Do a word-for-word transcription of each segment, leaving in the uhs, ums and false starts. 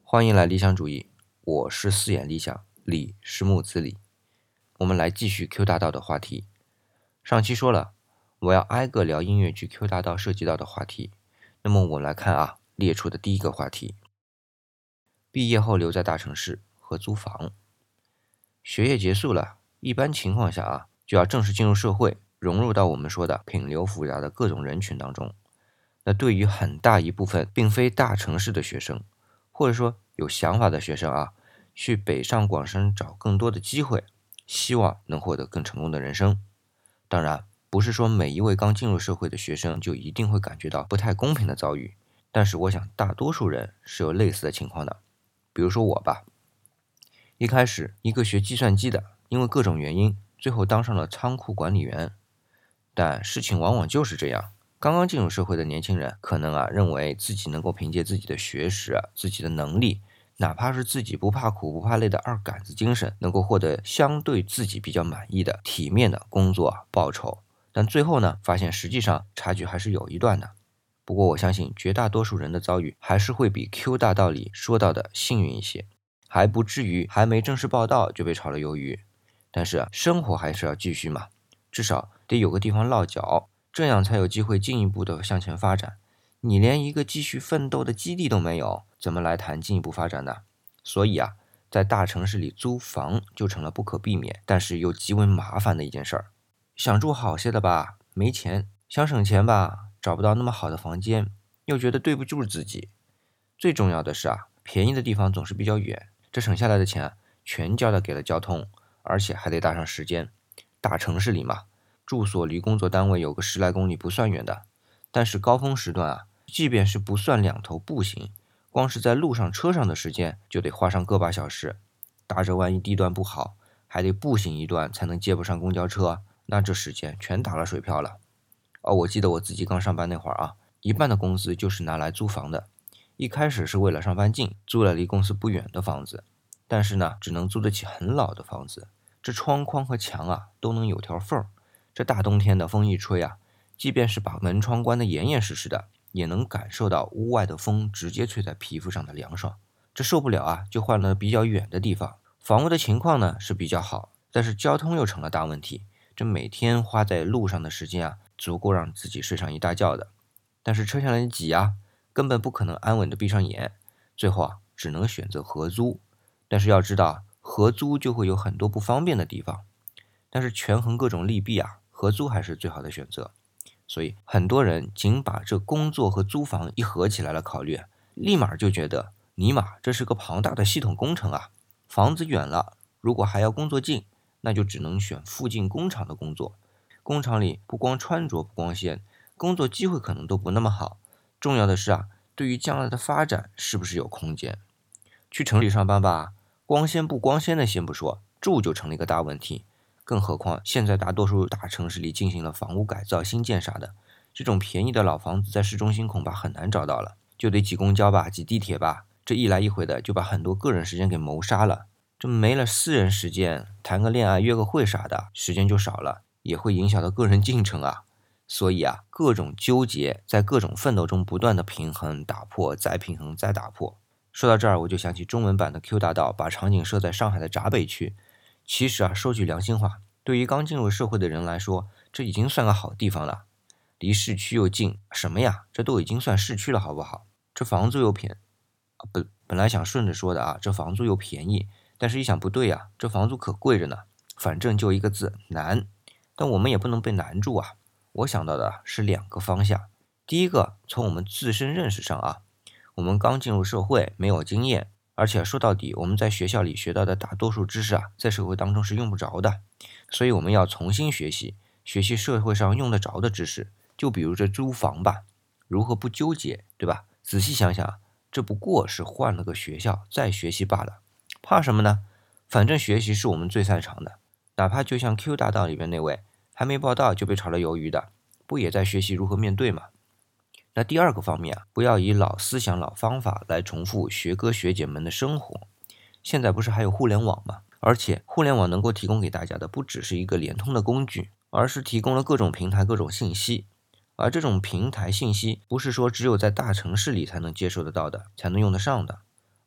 欢迎来理想主义，我是四眼理想，理是木子李。我们来继续 Q 大道的话题。上期说了，我要挨个聊音乐剧 Q 大道涉及到的话题。那么我们来看啊，列出的第一个话题：毕业后留在大城市和租房。学业结束了，一般情况下啊，就要正式进入社会，融入到我们说的品流复杂的各种人群当中。那对于很大一部分并非大城市的学生，或者说有想法的学生啊，去北上广深找更多的机会，希望能获得更成功的人生。当然，不是说每一位刚进入社会的学生就一定会感觉到不太公平的遭遇，但是我想大多数人是有类似的情况的。比如说我吧，一开始一个学计算机的，因为各种原因，最后当上了仓库管理员。但事情往往就是这样，刚刚进入社会的年轻人，可能啊认为自己能够凭借自己的学识啊、自己的能力，哪怕是自己不怕苦不怕累的二杆子精神，能够获得相对自己比较满意的体面的工作报酬。但最后呢，发现实际上差距还是有一段的。不过我相信绝大多数人的遭遇还是会比 Q 大道里说到的幸运一些，还不至于还没正式报到就被炒了鱿鱼。但是啊，生活还是要继续嘛，至少得有个地方落脚，这样才有机会进一步的向前发展。你连一个继续奋斗的基地都没有，怎么来谈进一步发展呢？所以啊，在大城市里租房就成了不可避免，但是又极为麻烦的一件事儿。想住好些的吧，没钱；想省钱吧，找不到那么好的房间，又觉得对不住自己。最重要的是啊，便宜的地方总是比较远，这省下来的钱啊，全交代给了交通，而且还得搭上时间。大城市里嘛，住所离工作单位有个十来公里不算远的，但是高峰时段啊，即便是不算两头步行，光是在路上车上的时间就得花上个把小时。打着万一地段不好，还得步行一段才能接不上公交车，那这时间全打了水漂了。哦，我记得我自己刚上班那会儿啊，一半的工资就是拿来租房的。一开始是为了上班近，租了离公司不远的房子，但是呢，只能租得起很老的房子，这窗框和墙啊都能有条缝。这大冬天的风一吹啊，即便是把门窗关得严严实实的，也能感受到屋外的风直接吹在皮肤上的凉爽。这受不了啊，就换了比较远的地方。房屋的情况呢是比较好，但是交通又成了大问题。这每天花在路上的时间啊，足够让自己睡上一大觉的。但是车厢里挤啊，根本不可能安稳的闭上眼，最后啊，只能选择合租。但是要知道，合租就会有很多不方便的地方。但是权衡各种利弊啊，合租还是最好的选择。所以很多人仅把这工作和租房一合起来了考虑，立马就觉得尼玛这是个庞大的系统工程啊！房子远了，如果还要工作近，那就只能选附近工厂的工作。工厂里不光穿着不光鲜，工作机会可能都不那么好。重要的是啊，对于将来的发展是不是有空间？去城里上班吧，光鲜不光鲜的先不说，住就成了一个大问题。更何况现在大多数大城市里进行了房屋改造、新建啥的，这种便宜的老房子在市中心恐怕很难找到了，就得挤公交吧，挤地铁吧，这一来一回的就把很多个人时间给谋杀了。这没了私人时间，谈个恋爱、约个会啥的，时间就少了，也会影响到个人进程啊。所以啊，各种纠结，在各种奋斗中不断的平衡、打破，再平衡、再打破。说到这儿，我就想起中文版的 Q 大道把场景设在上海的闸北区。其实啊，说句良心话，对于刚进入社会的人来说，这已经算个好地方了。离市区又近，什么呀？这都已经算市区了，好不好？这房租又便啊，本本来想顺着说的啊，这房租又便宜，但是一想不对呀、啊，这房租可贵着呢。反正就一个字，难。但我们也不能被难住啊。我想到的是两个方向。第一个，从我们自身认识上啊，我们刚进入社会，没有经验，而且说到底，我们在学校里学到的大多数知识啊，在社会当中是用不着的，所以我们要重新学习，学习社会上用得着的知识。就比如这租房吧，如何不纠结，对吧？仔细想想，这不过是换了个学校再学习罢了，怕什么呢？反正学习是我们最擅长的，哪怕就像 Q 大道里面那位还没报到就被炒了鱿鱼的，不也在学习如何面对吗？那第二个方面啊，不要以老思想、老方法来重复学哥学姐们的生活。现在不是还有互联网吗？而且互联网能够提供给大家的不只是一个联通的工具，而是提供了各种平台、各种信息。而这种平台信息不是说只有在大城市里才能接受得到的，才能用得上的，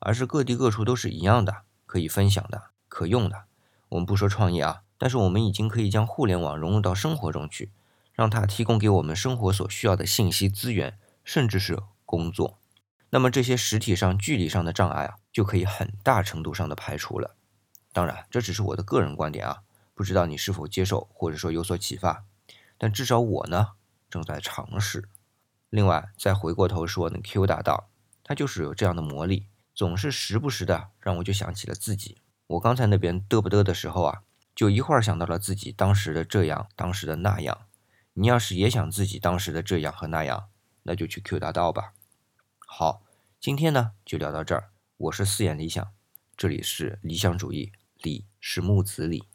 而是各地各处都是一样的，可以分享的，可用的。我们不说创业啊，但是我们已经可以将互联网融入到生活中去，让它提供给我们生活所需要的信息资源，甚至是工作。那么这些实体上、距离上的障碍啊，就可以很大程度上的排除了。当然，这只是我的个人观点啊，不知道你是否接受，或者说有所启发。但至少我呢，正在尝试。另外，再回过头说，那 Q 大道，它就是有这样的魔力，总是时不时的让我就想起了自己。我刚才那边嘚不嘚的时候啊，就一会儿想到了自己当时的这样，当时的那样。你要是也想自己当时的这样和那样，那就去 Q 大道吧。好，今天呢就聊到这儿。我是四眼理想，这里是理想主义，理是木子李。